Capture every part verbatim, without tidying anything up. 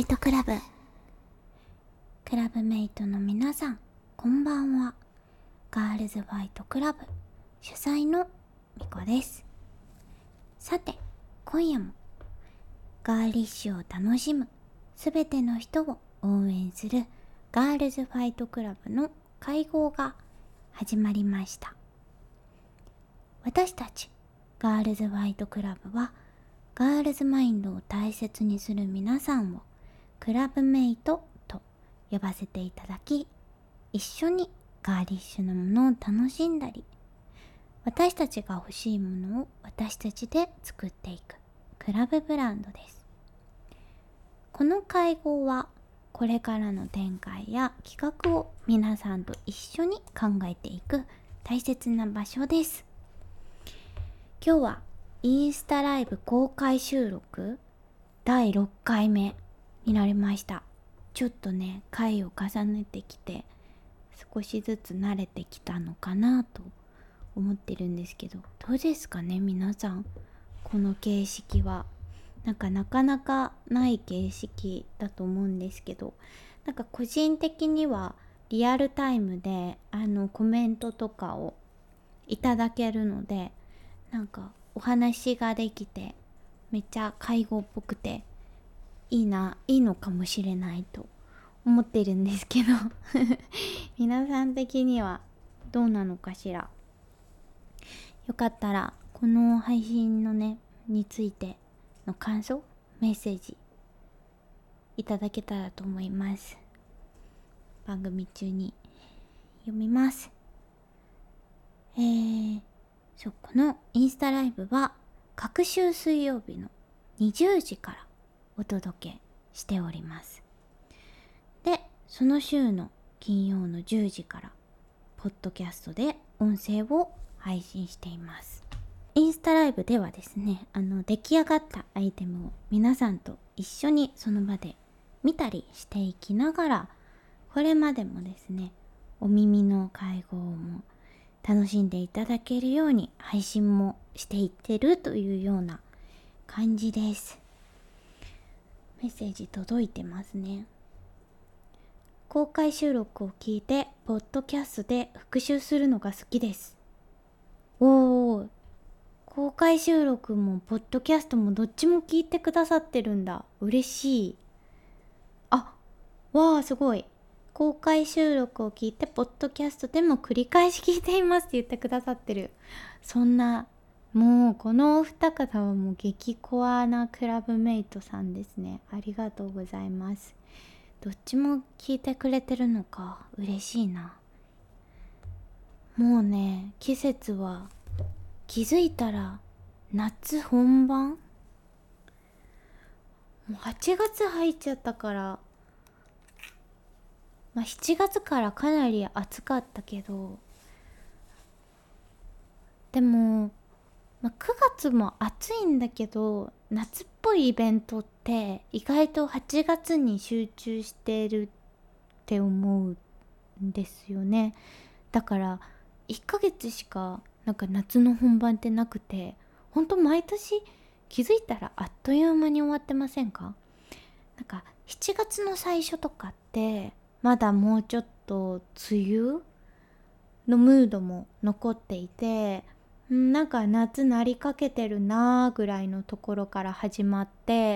イトクラブ。クラブメイトの皆さん、こんばんは。ガールズファイトクラブ主催のみこです。さて、今夜もガーリッシュを楽しむすべての人を応援するガールズファイトクラブの会合が始まりました。私たちガールズファイトクラブはガールズマインドを大切にする皆さんをクラブメイトと呼ばせていただき、一緒にガーリッシュなものを楽しんだり、私たちが欲しいものを私たちで作っていくクラブブランドです。この会合はこれからの展開や企画を皆さんと一緒に考えていく大切な場所です。今日はインスタライブ公開収録だいろっかいめになりました。ちょっとね、回を重ねてきて少しずつ慣れてきたのかなと思ってるんですけど、どうですかね皆さん。この形式はなんかなかなかない形式だと思うんですけど、なんか個人的にはリアルタイムであのコメントとかをいただけるので、なんかお話ができてめっちゃ会合っぽくていいないいのかもしれないと思ってるんですけど皆さん的にはどうなのかしら。よかったらこの配信のねについての感想、メッセージいただけたらと思います。番組中に読みます。えーそう、このインスタライブは各週水曜日のにじゅうじからお届けしております。で、その週の金曜のじゅうじからポッドキャストで音声を配信しています。インスタライブではですね、あの出来上がったアイテムを皆さんと一緒にその場で見たりしていきながら、これまでもですね、お耳の会合も楽しんでいただけるように配信もしていってるというような感じです。メッセージ届いてますね。公開収録を聞いてポッドキャストで復習するのが好きです。おー、公開収録もポッドキャストもどっちも聞いてくださってるんだ。嬉しい。あ、わーすごい。公開収録を聞いてポッドキャストでも繰り返し聞いていますって言ってくださってる。そんな、もうこのお二方はもう激コアなクラブメイトさんですね。ありがとうございます。どっちも聞いてくれてるのか嬉しいな。もうね、季節は気づいたら夏本番。もうはちがつ入っちゃったから、まあ、しちがつからかなり暑かったけど、でも、まあ、くがつも暑いんだけど、夏っぽいイベントって意外とはちがつに集中してるって思うんですよね。だからいっかげつしかなんか夏の本番ってなくて、ほんと毎年気づいたらあっという間に終わってませんか？なんかしちがつの最初とかってまだもうちょっと梅雨のムードも残っていて、んなんか夏なりかけてるなーぐらいのところから始まって、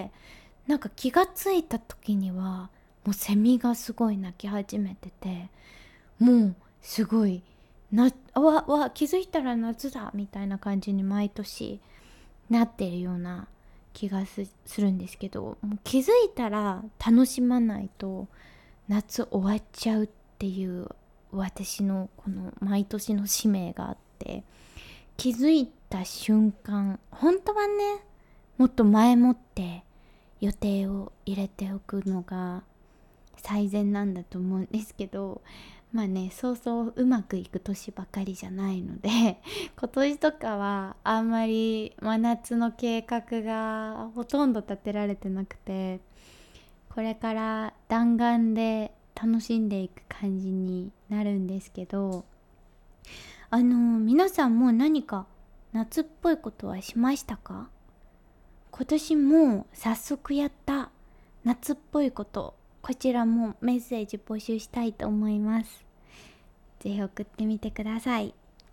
なんか気がついた時にはもうセミがすごい鳴き始めてて、もうすごいなわわ気づいたら夏だみたいな感じに毎年なってるような気が す, するんですけど、もう気づいたら楽しまないと夏終わっちゃうっていう私のこの毎年の使命があって、気づいた瞬間、本当はねもっと前もって予定を入れておくのが最善なんだと思うんですけど、まあね、そうそううまくいく年ばかりじゃないので今年とかはあんまり真夏の計画がほとんど立てられてなくて、これから弾丸で楽しんでいく感じになるんですけど、あのー、皆さんもう何か夏っぽいことはしましたか？今年もう早速やった夏っぽいこと、こちらもメッセージ募集したいと思います。ぜひ送ってみてください。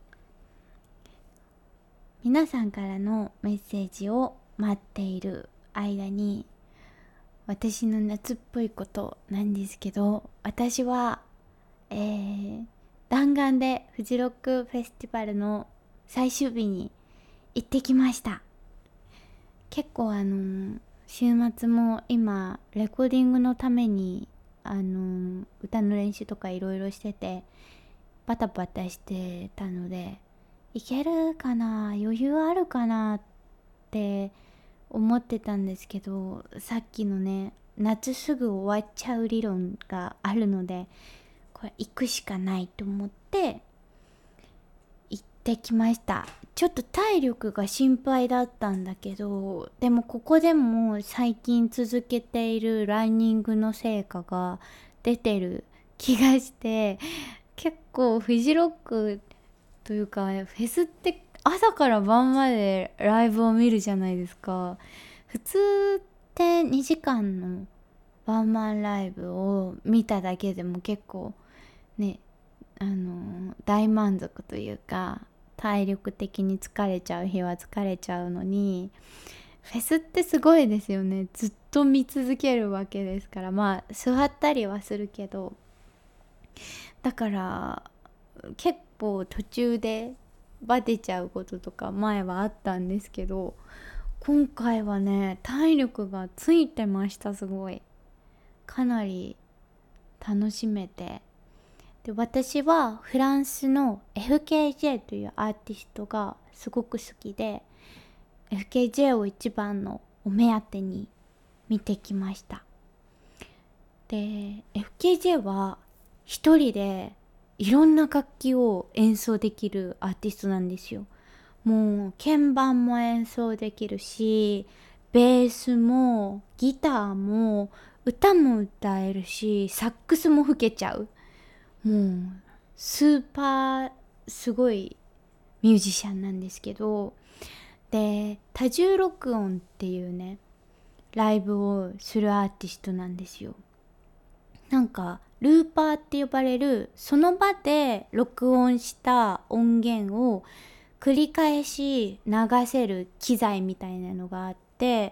皆さんからのメッセージを待っている間に、私の夏っぽいことなんですけど、私は、えー、弾丸でフジロックフェスティバルの最終日に行ってきました。結構あの週末も今レコーディングのためにあの歌の練習とかいろいろしててバタバタしてたので、いけるかな、余裕あるかなって思ってたんですけど、さっきのね夏すぐ終わっちゃう理論があるので、これ行くしかないと思って行ってきました。ちょっと体力が心配だったんだけど、でもここでも最近続けているランニングの成果が出てる気がして、結構フジロックというかフェスって朝から晩までライブを見るじゃないですか。普通ってにじかんのワンマンライブを見ただけでも結構ね、あの大満足というか、体力的に疲れちゃう日は疲れちゃうのに、フェスってすごいですよね。ずっと見続けるわけですから、まあ座ったりはするけど、だから結構途中でバテちゃうこととか前はあったんですけど、今回はね体力がついてました。すごいかなり楽しめて、で私はフランスの エフケージェー というアーティストがすごく好きで、 エフケージェー を一番のお目当てに見てきました。で エフケージェー は一人でいろんな楽器を演奏できるアーティストなんですよ。もう鍵盤も演奏できるし、ベースもギターも歌も歌えるし、サックスも吹けちゃう、もうスーパーすごいミュージシャンなんですけど、で多重録音っていうねライブをするアーティストなんですよ。なんかルーパーって呼ばれる、その場で録音した音源を繰り返し流せる機材みたいなのがあって、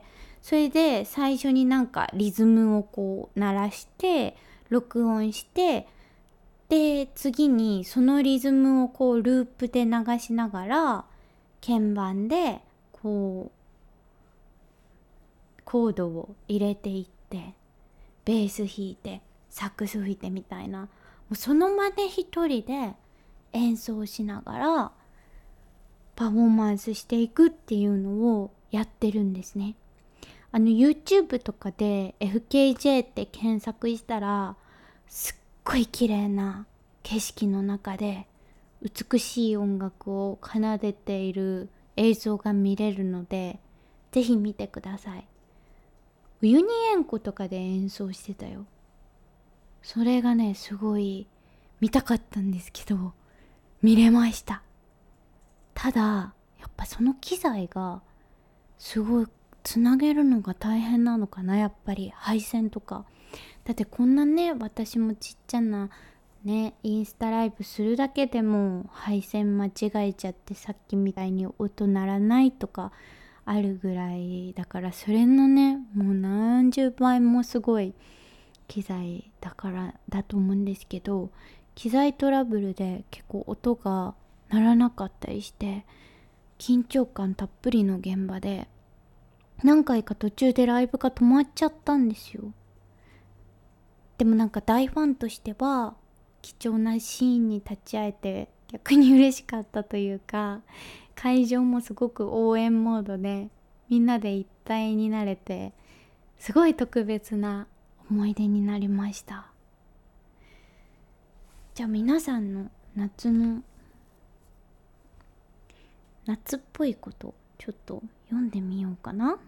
それで最初になんかリズムをこう鳴らして録音して、で次にそのリズムをこうループで流しながら鍵盤でこうコードを入れていって、ベース弾いてサックス吹いてみたいな、もうその場で一人で演奏しながらパフォーマンスしていくっていうのをやってるんですね。あの YouTube とかで エフケージェー って検索したらすっごい綺麗な景色の中で美しい音楽を奏でている映像が見れるので、ぜひ見てください。ウユニ塩湖とかで演奏してたよ。それがねすごい見たかったんですけど見れました。ただやっぱその機材がすごいつなげるのが大変なのかな、やっぱり配線とか。だってこんなね私もちっちゃなねインスタライブするだけでも配線間違えちゃって、さっきみたいに音鳴らないとかあるぐらいだから、それのねもう何十倍もすごい機材だからだと思うんですけど、機材トラブルで結構音が鳴らなかったりして緊張感たっぷりの現場で、何回か途中でライブが止まっちゃったんですよ。でもなんか大ファンとしては貴重なシーンに立ち会えて逆に嬉しかったというか、会場もすごく応援モードでみんなで一体になれて、すごい特別な思い出になりました。じゃあ皆さんの夏の夏っぽいことちょっと読んでみようかな。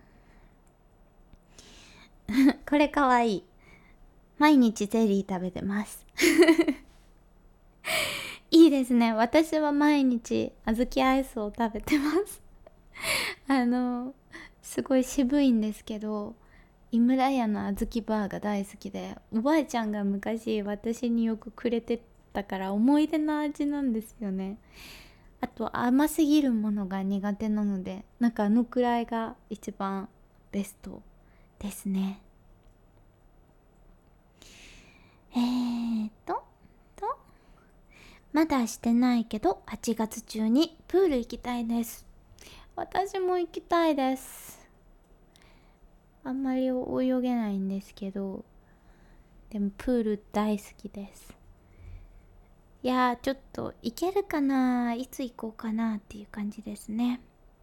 これかわいい。毎日ゼリー食べてますいいですね。私は毎日小豆アイスを食べてますあのすごい渋いんですけど、 井村屋の小豆バーが大好きで、おばあちゃんが昔私によくくれてたから思い出の味なんですよね。あと甘すぎるものが苦手なので、なんかあのくらいが一番ベストですね。えーととまだしてないけどはちがつ中にプール行きたいです。私も行きたいです。あんまり泳げないんですけど、でもプール大好きです。いやー、ちょっと行けるかな、いつ行こうかなっていう感じですね。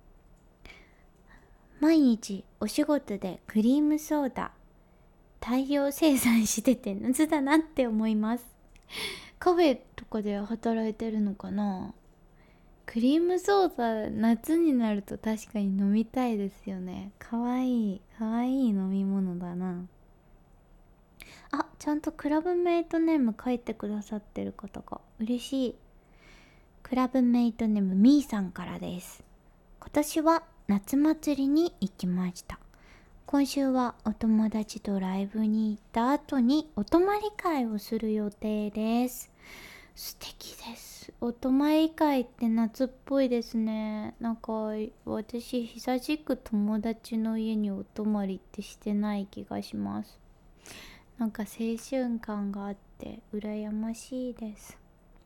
毎日お仕事でクリームソーダ大量生産してて夏だなって思います。カフェとかで働いてるのかな。クリームソーダ夏になると確かに飲みたいですよね。かわいいかわいい飲み物だな。あ、ちゃんとクラブメイトネーム書いてくださってる方が嬉しい。クラブメイトネームみーさんからです。今年は夏祭りに行きました。今週はお友達とライブに行った後にお泊まり会をする予定です。素敵です。お泊まり会って夏っぽいですね。なんか私久しく友達の家にお泊まりってしてない気がします。なんか青春感があって羨ましいです。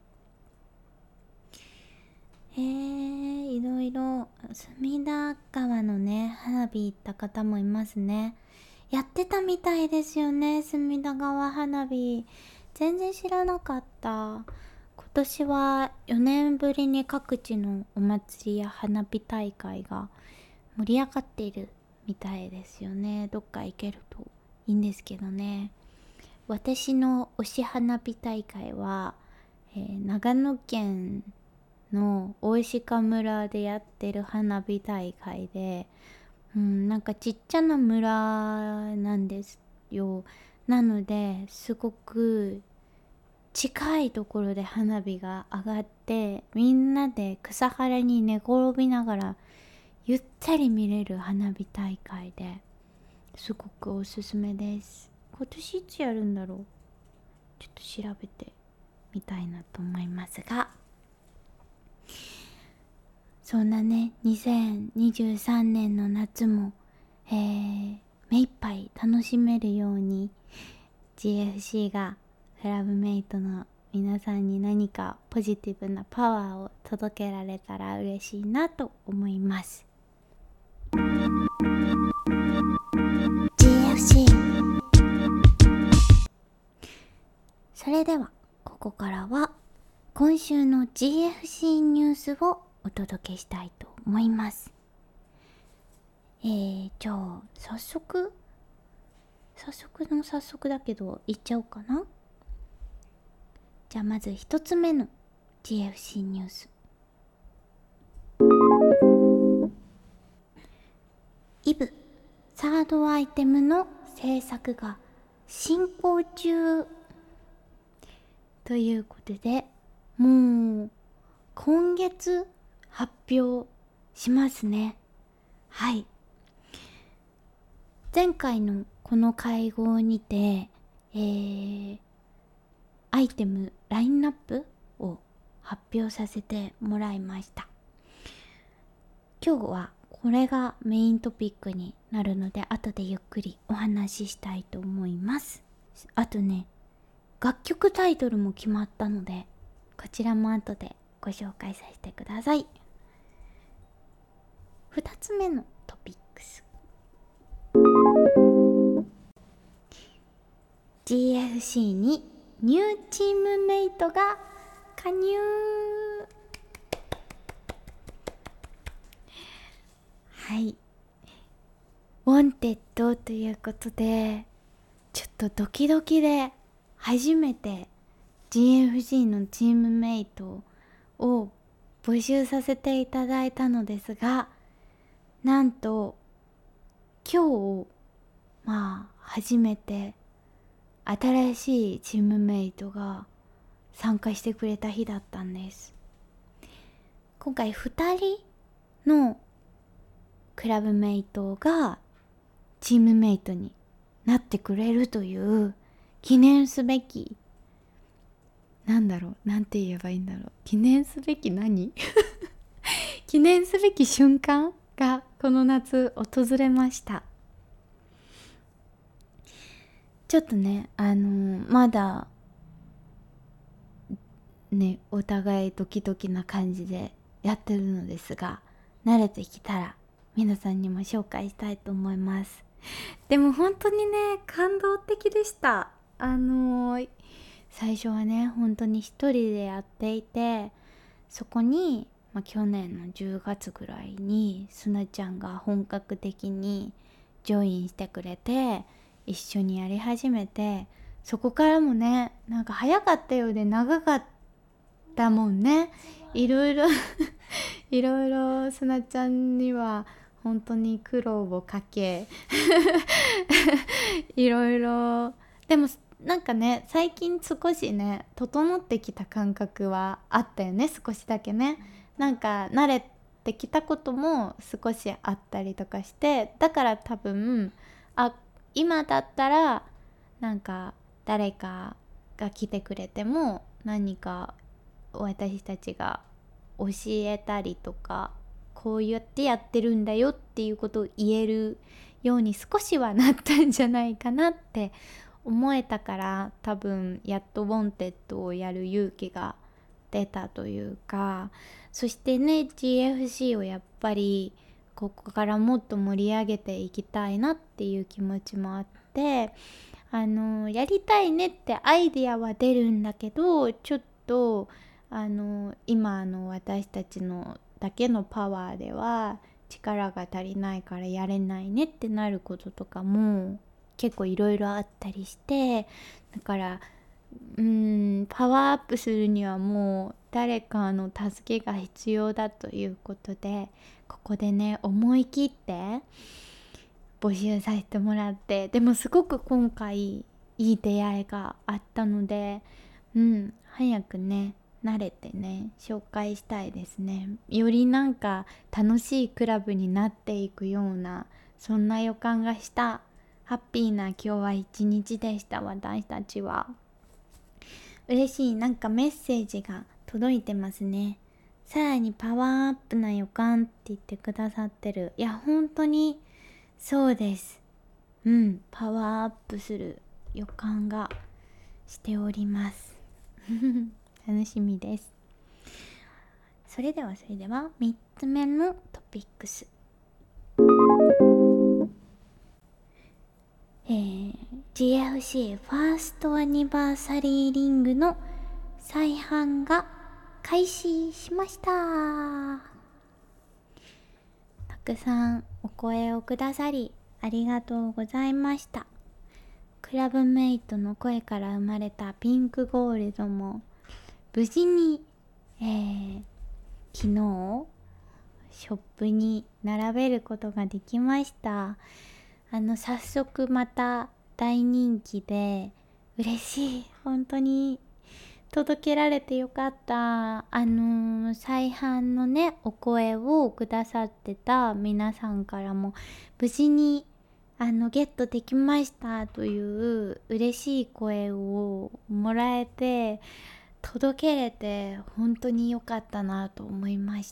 へえ、いろいろ隅田川のね花火行った方もいますね。やってたみたいですよね、隅田川花火。全然知らなかった。今年はよねんぶりに各地のお祭りや花火大会が盛り上がっているみたいですよね。どっか行けるといいんですけどね。私の推し花火大会は、えー長野県の大鹿村でやってる花火大会で、うん、なんかちっちゃな村なんですよ。なのですごく近いところで花火が上がって、みんなで草原に寝転びながらゆったり見れる花火大会ですごくおすすめです。今年いつやるんだろう、ちょっと調べてみたいなと思いますが、そんなねにせんにじゅうさんねんの夏も、えー、目いっぱい楽しめるように ジーエフシー がクラブメイトの皆さんに何かポジティブなパワーを届けられたら嬉しいなと思います。 ジーエフシー。 それではここからは今週の ジーエフシー ニュースをお届けしたいと思います。えー、じゃあ早速早速の早速だけど言っちゃおうかな。じゃあまず一つ目の ジーエフシー ニュース。イブサードアイテムの制作が進行中ということで、もう今月発表しますね。はい、前回のこの会合にて、えー、アイテムラインナップを発表させてもらいました。今日はこれがメイントピックになるので、後でゆっくりお話ししたいと思います。あとね、楽曲タイトルも決まったので、こちらも後でご紹介させてください。ふたつめのトピックス。ジーエフシー にニューチームメイトが加入。はい、ウォンテッドということで、ちょっとドキドキで初めて ジーエフシー のチームメイトを募集させていただいたのですが、なんと今日まあ初めて新しいチームメイトが参加してくれた日だったんです。今回ふたりのクラブメイトがチームメイトになってくれるという記念すべき、なんだろう、なんて言えばいいんだろう、記念すべき何記念すべき瞬間がこの夏訪れました。ちょっとね、あのー、まだね、お互いドキドキな感じでやってるのですが、慣れてきたら皆さんにも紹介したいと思います。でも本当にね、感動的でした。あのー、最初はね、本当に一人でやっていて、そこに、まあ、去年のじゅうがつぐらいにすなちゃんが本格的にジョインしてくれて、一緒にやり始めて、そこからもね、なんか早かったようで長かったもんね。いろいろいろいろすなちゃんには本当に苦労をかけいろいろ、でもなんかね、最近少しね整ってきた感覚はあったよね、少しだけね。なんか慣れてきたことも少しあったりとかして、だから多分、あ、今だったらなんか誰かが来てくれても何か私たちが教えたりとか、こうやってやってるんだよっていうことを言えるように少しはなったんじゃないかなって思えたから、多分やっとウォンテッドをやる勇気が出たというか、そしてね ジーエフシー をやっぱりここからもっと盛り上げていきたいなっていう気持ちもあって、あのやりたいねってアイディアは出るんだけど、ちょっとあの今の私たちのだけのパワーでは力が足りないからやれないねってなることとかも結構いろいろあったりして、だからうーんパワーアップするにはもう誰かの助けが必要だということで、ここでね思い切って募集させてもらって、でもすごく今回いい出会いがあったので、うん早くね慣れてね紹介したいですね。よりなんか楽しいクラブになっていくような、そんな予感がした。ハッピーな今日は一日でした。私たちは嬉しい。なんかメッセージが届いてますね。さらにパワーアップな予感って言ってくださってる。いや本当にそうです。うん、パワーアップする予感がしております楽しみです。それではそれではみっつめのトピックス、えー、ジーエフシー ファーストアニバーサリーリングの再販が開始しました。たくさんお声をくださりありがとうございました。クラブメイトの声から生まれたピンクゴールドも無事に、えー、昨日ショップに並べることができました。あの早速また大人気で嬉しい。本当に届けられてよかった。あのー、再販のねお声をくださってた皆さんからも無事にあのゲットできましたという嬉しい声をもらえて、届けれて本当に良かったなと思いました。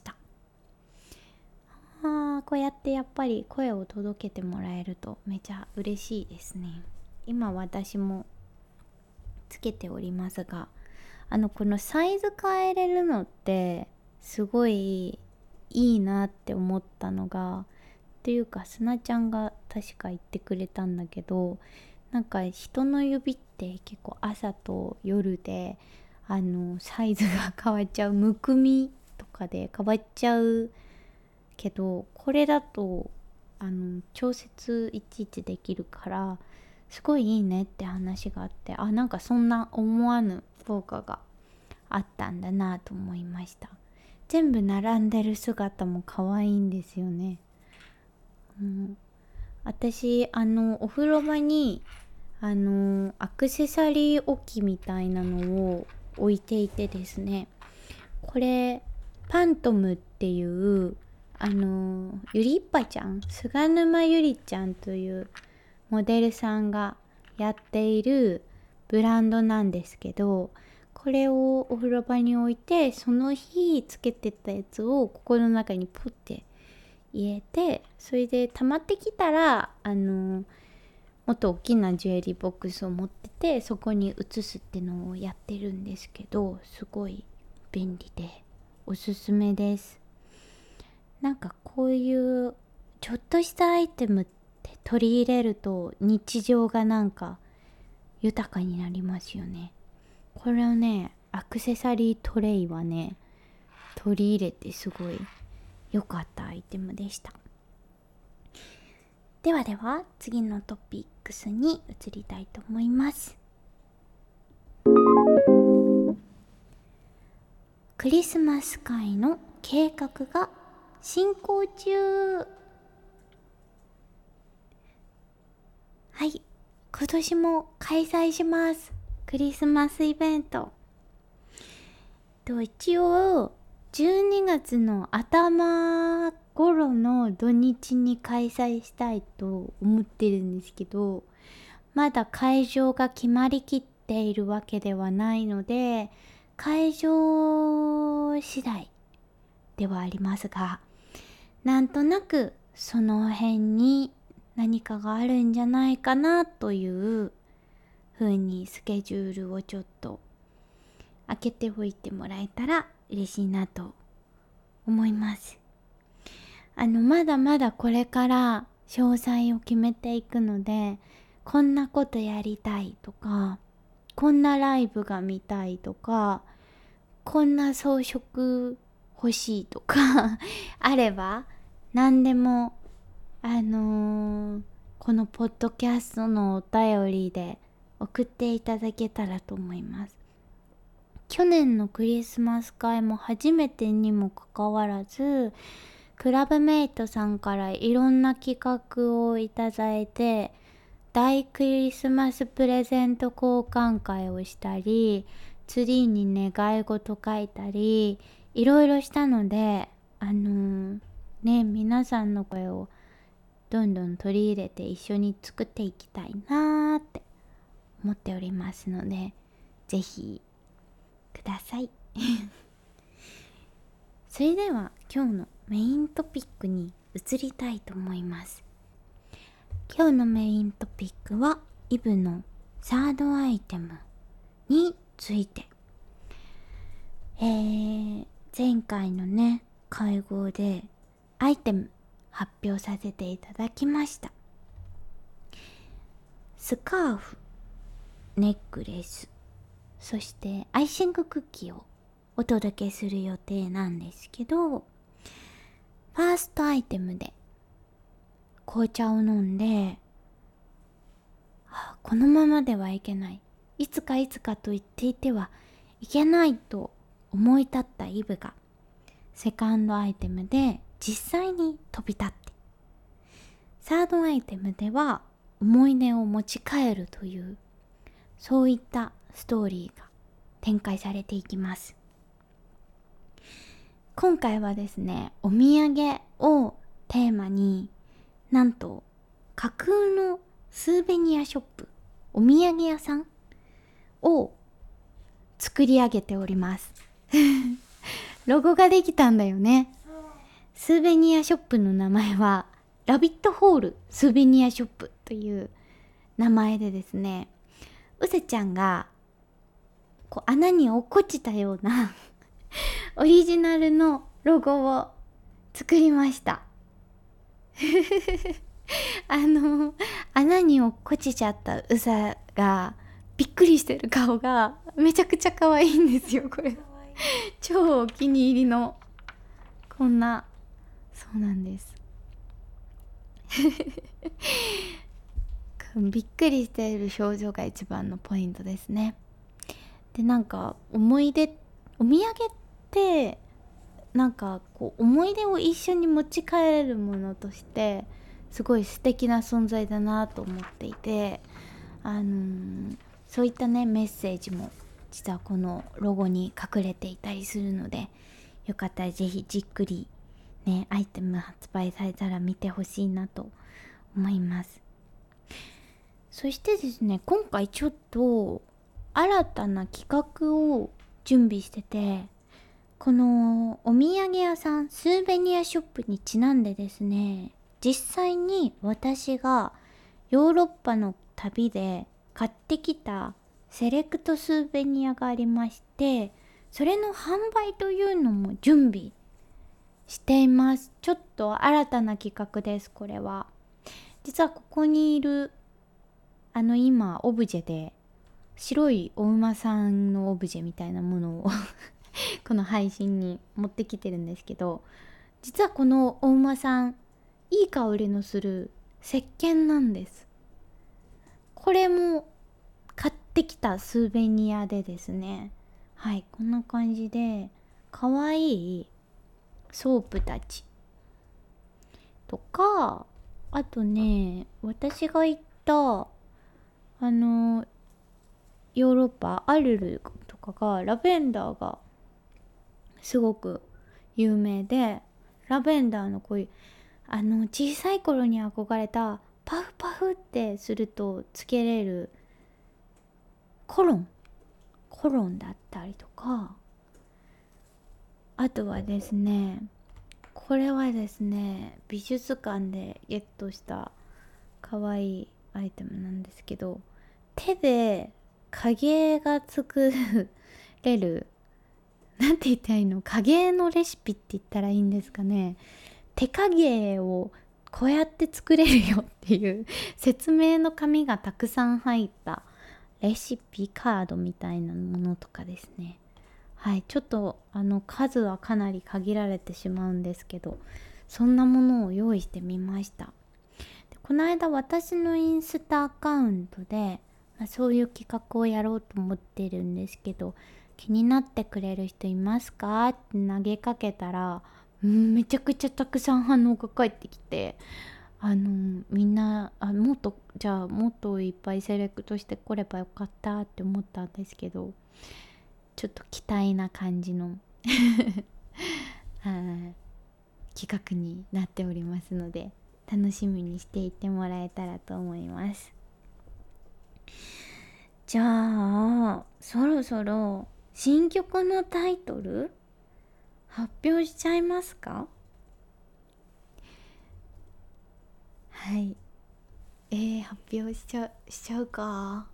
あー、こうやってやっぱり声を届けてもらえるとめちゃ嬉しいですね。今私もつけておりますが、あのこのサイズ変えれるのってすごいいいなって思ったのが、っていうかすなちゃんが確か言ってくれたんだけど、なんか人の指って結構朝と夜であのサイズが変わっちゃう、むくみとかで変わっちゃうけど、これだとあの調節いちいちできるからすごいいいねって話があって、あ、なんかそんな思わぬ効果があったんだなと思いました。全部並んでる姿も可愛いんですよね。うん、私あのお風呂場にあのアクセサリー置きみたいなのを置いていてですね、これパントムっていうあのゆりっぱちゃん、菅沼ゆりちゃんというモデルさんがやっているブランドなんですけど、これをお風呂場に置いて、その日つけてたやつをここの中にポッて入れて、それで溜まってきたらあのもっと大きなジュエリーボックスを持ってて、そこに移すってのをやってるんですけど、すごい便利でおすすめです。なんかこういうちょっとしたアイテムって取り入れると日常がなんか豊かになりますよね。これをね、アクセサリートレイはね、取り入れてすごい良かったアイテムでした。ではでは次のトピックスに移りたいと思います。クリスマス会の計画が進行中。はい、今年も開催します。クリスマスイベント。と一応じゅうにがつの頭頃の土日に開催したいと思ってるんですけど、まだ会場が決まりきっているわけではないので、会場次第ではありますが、なんとなくその辺に何かがあるんじゃないかなという風にスケジュールをちょっと開けておいてもらえたら嬉しいなと思います。あのまだまだこれから詳細を決めていくので、こんなことやりたいとか、こんなライブが見たいとか、こんな装飾欲しいとかあれば何でもあのー、このポッドキャストのお便りで送っていただけたらと思います。去年のクリスマス会も初めてにもかかわらず、クラブメイトさんからいろんな企画をいただいて、大クリスマスプレゼント交換会をしたり、ツリーに願い事書いたり、いろいろしたので、あのー、ね、皆さんの声をどんどん取り入れて一緒に作っていきたいなーって思っておりますので、ぜひくださいそれでは今日のメイントピックに移りたいと思います。今日のメイントピックはイブのサードアイテムについて。えー、前回のね会合でアイテム発表させていただきました。スカーフ、ネックレス、そしてアイシングクッキーをお届けする予定なんですけど、ファーストアイテムで紅茶を飲んで、はあ、このままではいけない、いつかいつかと言っていてはいけないと思い立ったイブがセカンドアイテムで実際に飛び立って、サードアイテムでは思い出を持ち帰るという、そういったストーリーが展開されていきます。今回はですね、お土産をテーマに、なんと架空のスーベニアショップ、お土産屋さんを作り上げておりますロゴができたんだよね。スーベニアショップの名前はラビットホールスーベニアショップという名前でですね、うせちゃんがこう穴に落っこちたようなオリジナルのロゴを作りましたあの穴に落っこちちゃったうさがびっくりしてる顔がめちゃくちゃ可愛いんですよ。これ超お気に入りのこんな、そうなんですびっくりしている表情が一番のポイントですね。で、なんか思い出、お土産ってなんかこう思い出を一緒に持ち帰れるものとしてすごい素敵な存在だなと思っていて、あのー、そういったねメッセージも実はこのロゴに隠れていたりするので、よかったらぜひじっくりねアイテム発売されたら見てほしいなと思います。 そしてですね、今回ちょっと新たな企画を準備してて、このお土産屋さん、スーベニアショップにちなんでですね、実際に私がヨーロッパの旅で買ってきたセレクトスーベニアがありまして、それの販売というのも準備しています。ちょっと新たな企画です。これは実はここにいるあの今オブジェで白いお馬さんのオブジェみたいなものをこの配信に持ってきてるんですけど、実はこのお馬さんいい香りのする石鹸なんです。これも買ってきたスーベニアでですね、はい、こんな感じでかわいいソープたちとか、あとね、私が行ったあのヨーロッパアルルとかがラベンダーがすごく有名で、ラベンダーのこういうあの小さい頃に憧れたパフパフってするとつけれるコロンコロンだったりとか、あとはですね、これはですね美術館でゲットしたかわいいアイテムなんですけど、手で影絵が作れる、なんて言ったらいいの、影絵のレシピって言ったらいいんですかね、手影絵をこうやって作れるよっていう説明の紙がたくさん入ったレシピカードみたいなものとかですね。はい、ちょっとあの数はかなり限られてしまうんですけど、そんなものを用意してみました。でこの間私のインスタアカウントで、まあ、そういう企画をやろうと思ってるんですけど、気になってくれる人いますかって投げかけたら、うん、めちゃくちゃたくさん反応が返ってきて、あのみんなあもっとじゃあもっといっぱいセレクトしてこればよかったって思ったんですけど、ちょっと期待な感じの企画になっておりますので、楽しみにしていってもらえたらと思います。じゃあそろそろ新曲のタイトル発表しちゃいますか？はい、えー、発表しちゃしちゃうか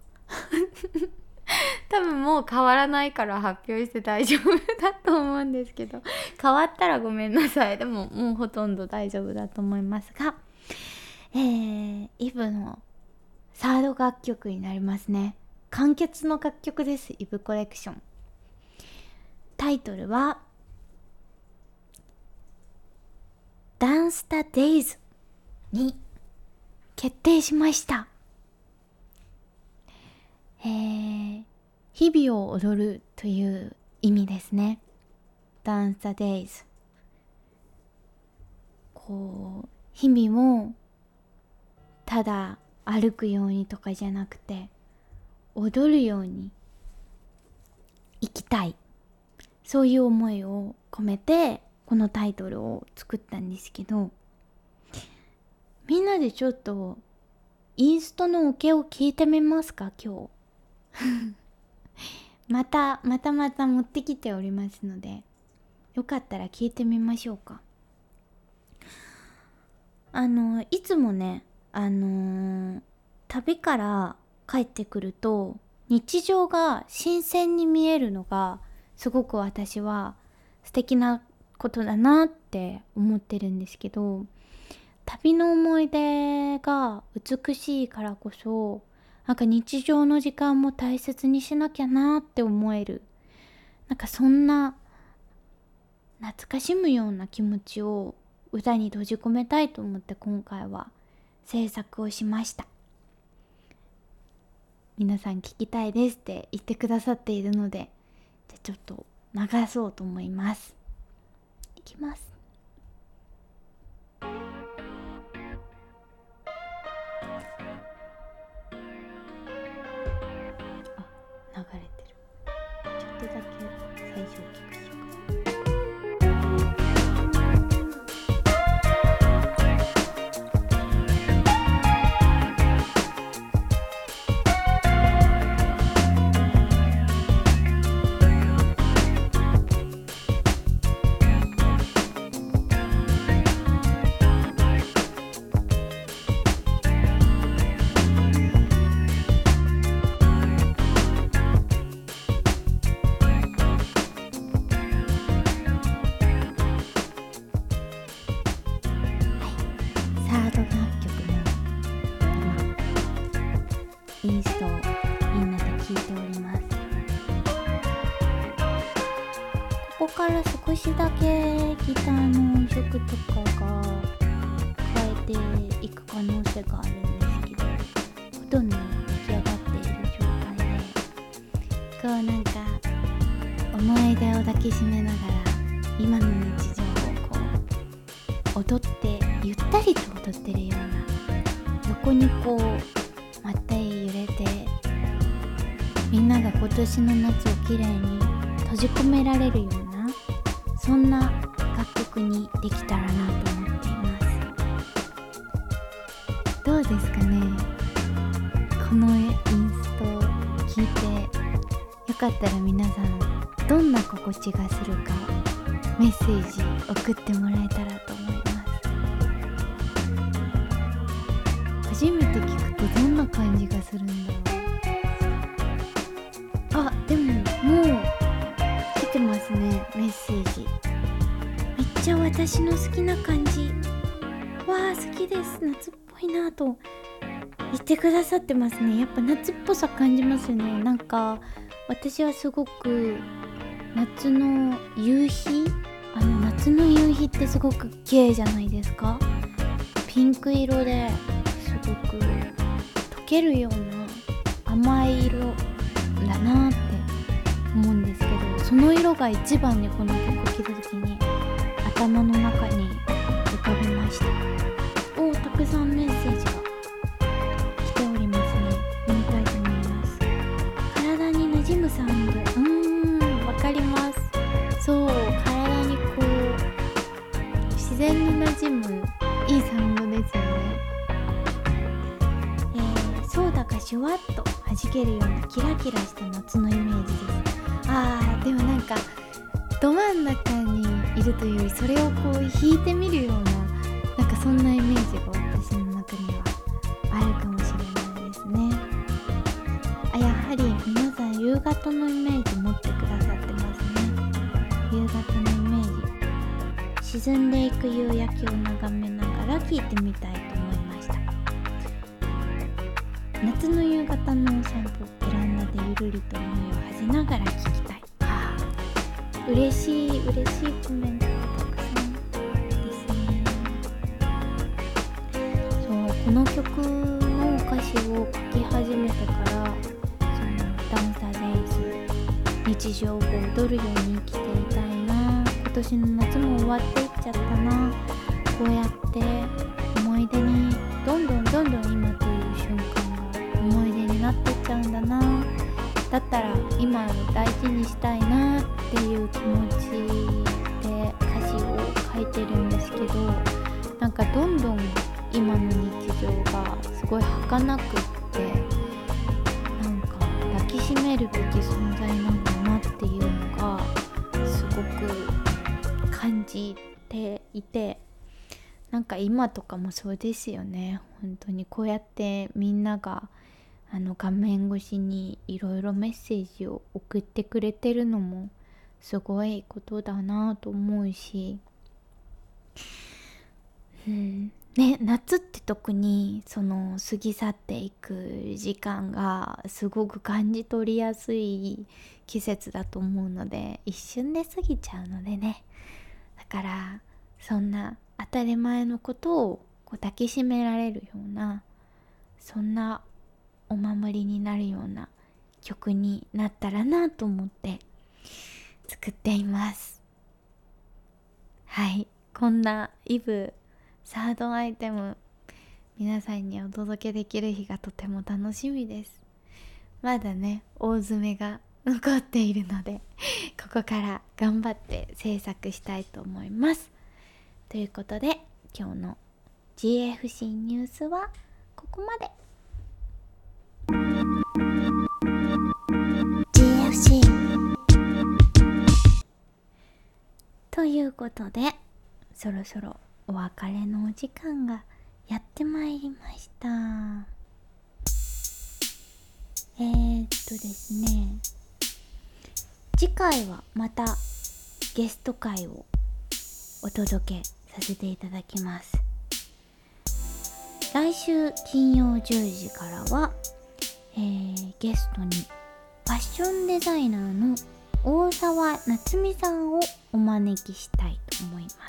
多分もう変わらないから発表して大丈夫だと思うんですけど、変わったらごめんなさい。でももうほとんど大丈夫だと思いますが、えー、イブのサード楽曲になりますね。完結の楽曲です。イブコレクション。タイトルはダンスタデイズに決定しました。えー、日々を踊るという意味ですね。ダンスタデイズ。こう日々をただ歩くようにとかじゃなくて、踊るように生きたい、そういう思いを込めてこのタイトルを作ったんですけど、みんなでちょっとインストのオケを聞いてみますか？今日またまたまた持ってきておりますので、よかったら聞いてみましょうか。あのいつもね、あのー、旅から帰ってくると日常が新鮮に見えるのがすごく私は素敵なことだなって思ってるんですけど、旅の思い出が美しいからこそ、なんか日常の時間も大切にしなきゃなって思える、なんかそんな懐かしむような気持ちを歌に閉じ込めたいと思って今回は制作をしました。皆さん聞きたいですって言ってくださっているので、じゃあちょっと流そうと思います。いきます。あ、流れてる。ちょっとだけ最初聞くしか。 少しだけギターの音色とかが変えていく可能性があるんですけど、ほとんど出来上がっている状態で、こうなんか思い出を抱きしめながら今の日常をこう踊って、ゆったりと踊ってるような、横にこうまったり揺れて、みんなが今年の夏をきれいに閉じ込められるような、そんな楽曲にできたらなと思っています。どうですかね。このインストを聞いてよかったら皆さんどんな心地がするかメッセージ送ってもらえたらと思います。初めて聞くとどんな感じがするんだろう。あ、でももう来てますね、メッセージ。めっちゃ私の好きな感じ、わー好きです、夏っぽいなと言ってくださってますね。やっぱ夏っぽさ感じますよね。なんか私はすごく夏の夕日、あの夏の夕日ってすごく綺麗じゃないですか。ピンク色ですごく溶けるような甘い色だなって思うんですけど、その色が一番にこの曲聴いた時に頭の中に浮かびました。おー、たくさんメッセージが来ておりますね。読みたいと思います。体に馴染むサウンド、うーん、わかります。そう、体にこう自然に馴染むいいサウンドですよね。えー、ソーダがシュワッと弾けるようなキラキラした夏のイメージです。あー、でもなんかど真ん中にいるというより、それをこう弾いてみるような、なんかそんなイメージが私の中にはあるかもしれないですね。あ、やはり皆さん夕方のイメージ持ってくださってますね。夕方のイメージ、沈んでいく夕焼けを眺めながら聴いてみたいと思いました。夏の夕方のお散歩、ベランダでゆるりと思いを馳せながら聴きたい。はあ、嬉しい嬉しいコメントがたくさんですね。そう、この曲の歌詞を書き始めてから、そのダンサーデイズ、日常を踊るように生きていたいな、今年の夏も終わっていっちゃったな、こうやって思い出にどんどんどんどん今という瞬間が思い出になってっちゃうんだな、だったら今を大事にしたいなっていう気持ちで歌詞を書いてるんですけど、なんかどんどん今の日常がすごい儚くって、なんか抱きしめるべき存在なんだなっていうのがすごく感じていて、なんか今とかもそうですよね。本当にこうやってみんながあの画面越しにいろいろメッセージを送ってくれてるのもすごいことだなと思うし、うんね、夏って特にその過ぎ去っていく時間がすごく感じ取りやすい季節だと思うので、一瞬で過ぎちゃうのでね。だからそんな当たり前のことをこう抱きしめられるような、そんなお守りになるような曲になったらなと思って作っています。はい、こんなイブサードアイテム、皆さんにお届けできる日がとても楽しみです。まだね、大詰めが残っているのでここから頑張って制作したいと思います。ということで今日の ジーエフシー ニュースはここまで。 ジーエフシー ということで、そろそろお別れのお時間がやってまいりました。えー、っとですね次回はまたゲスト会をお届けさせていただきます。来週金曜じゅうじからは、えー、ゲストにファッションデザイナーの大沢夏美さんをお招きしたいと思います。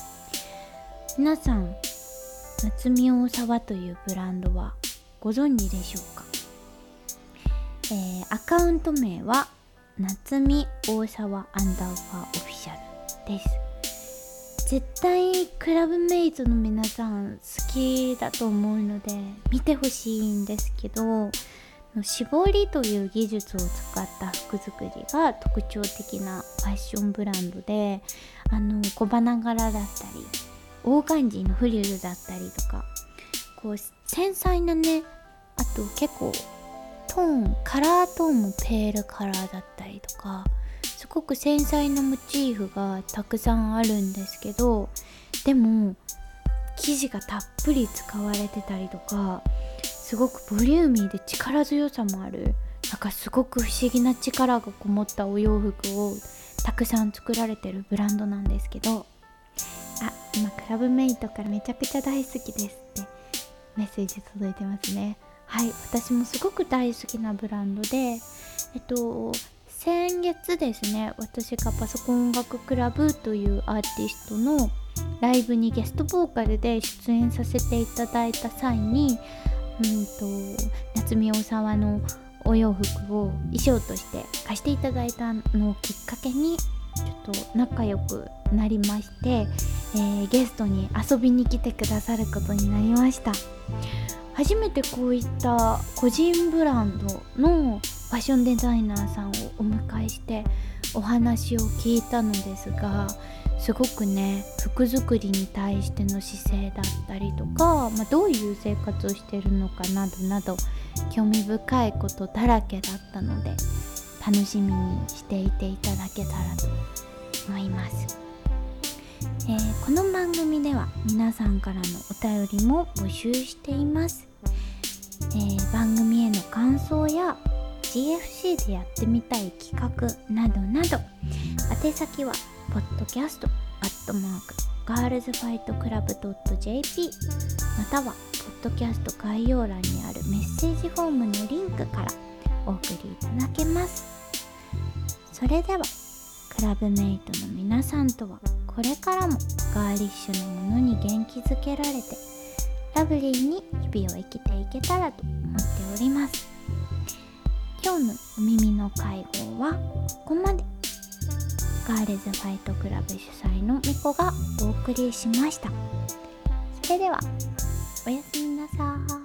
皆さん、夏美大沢というブランドはご存知でしょうか？えー、アカウント名は夏美大沢アンダーバーオフィシャルです。絶対クラブメイトの皆さん好きだと思うので見てほしいんですけど、絞りという技術を使った服作りが特徴的なファッションブランドで、あの小花柄だったりオーガンジーのフリルだったりとか、こう繊細なね、あと結構トーンカラートーンもペールカラーだったりとか、すごく繊細なモチーフがたくさんあるんですけど、でも生地がたっぷり使われてたりとか、すごくボリューミーで力強さもある、なんかすごく不思議な力がこもったお洋服をたくさん作られてるブランドなんですけど、あ、今クラブメイトからめちゃくちゃ大好きですってメッセージ届いてますね。はい、私もすごく大好きなブランドで、えっと先月ですね、私がパソコン音楽クラブというアーティストのライブにゲストボーカルで出演させていただいた際に、うんと夏美大沢のお洋服を衣装として貸していただいたのをきっかけにちょっと仲良くなりまして、えー、ゲストに遊びに来てくださることになりました。初めてこういった個人ブランドのファッションデザイナーさんをお迎えしてお話を聞いたのですが、すごくね、服作りに対しての姿勢だったりとか、まあ、どういう生活をしているのかなどなど興味深いことだらけだったので、楽しみにしていていただけたらと思います。えー、この番組では皆さんからのお便りも募集しています。えー、番組への感想や ジーエフシー でやってみたい企画などなど、宛先はポッドキャストアットマークガールズファイトクラブドット ジェーピー またはポッドキャスト概要欄にあるメッセージフォームのリンクからお送りいただけます。それではクラブメイトの皆さんとはこれからもガーリッシュなものに元気づけられてラブリーに日々を生きていけたらと思っております。今日のお耳の会合はここまで。ガールズファイトクラブ主催のみこがお送りしました。それではおやすみなさーい。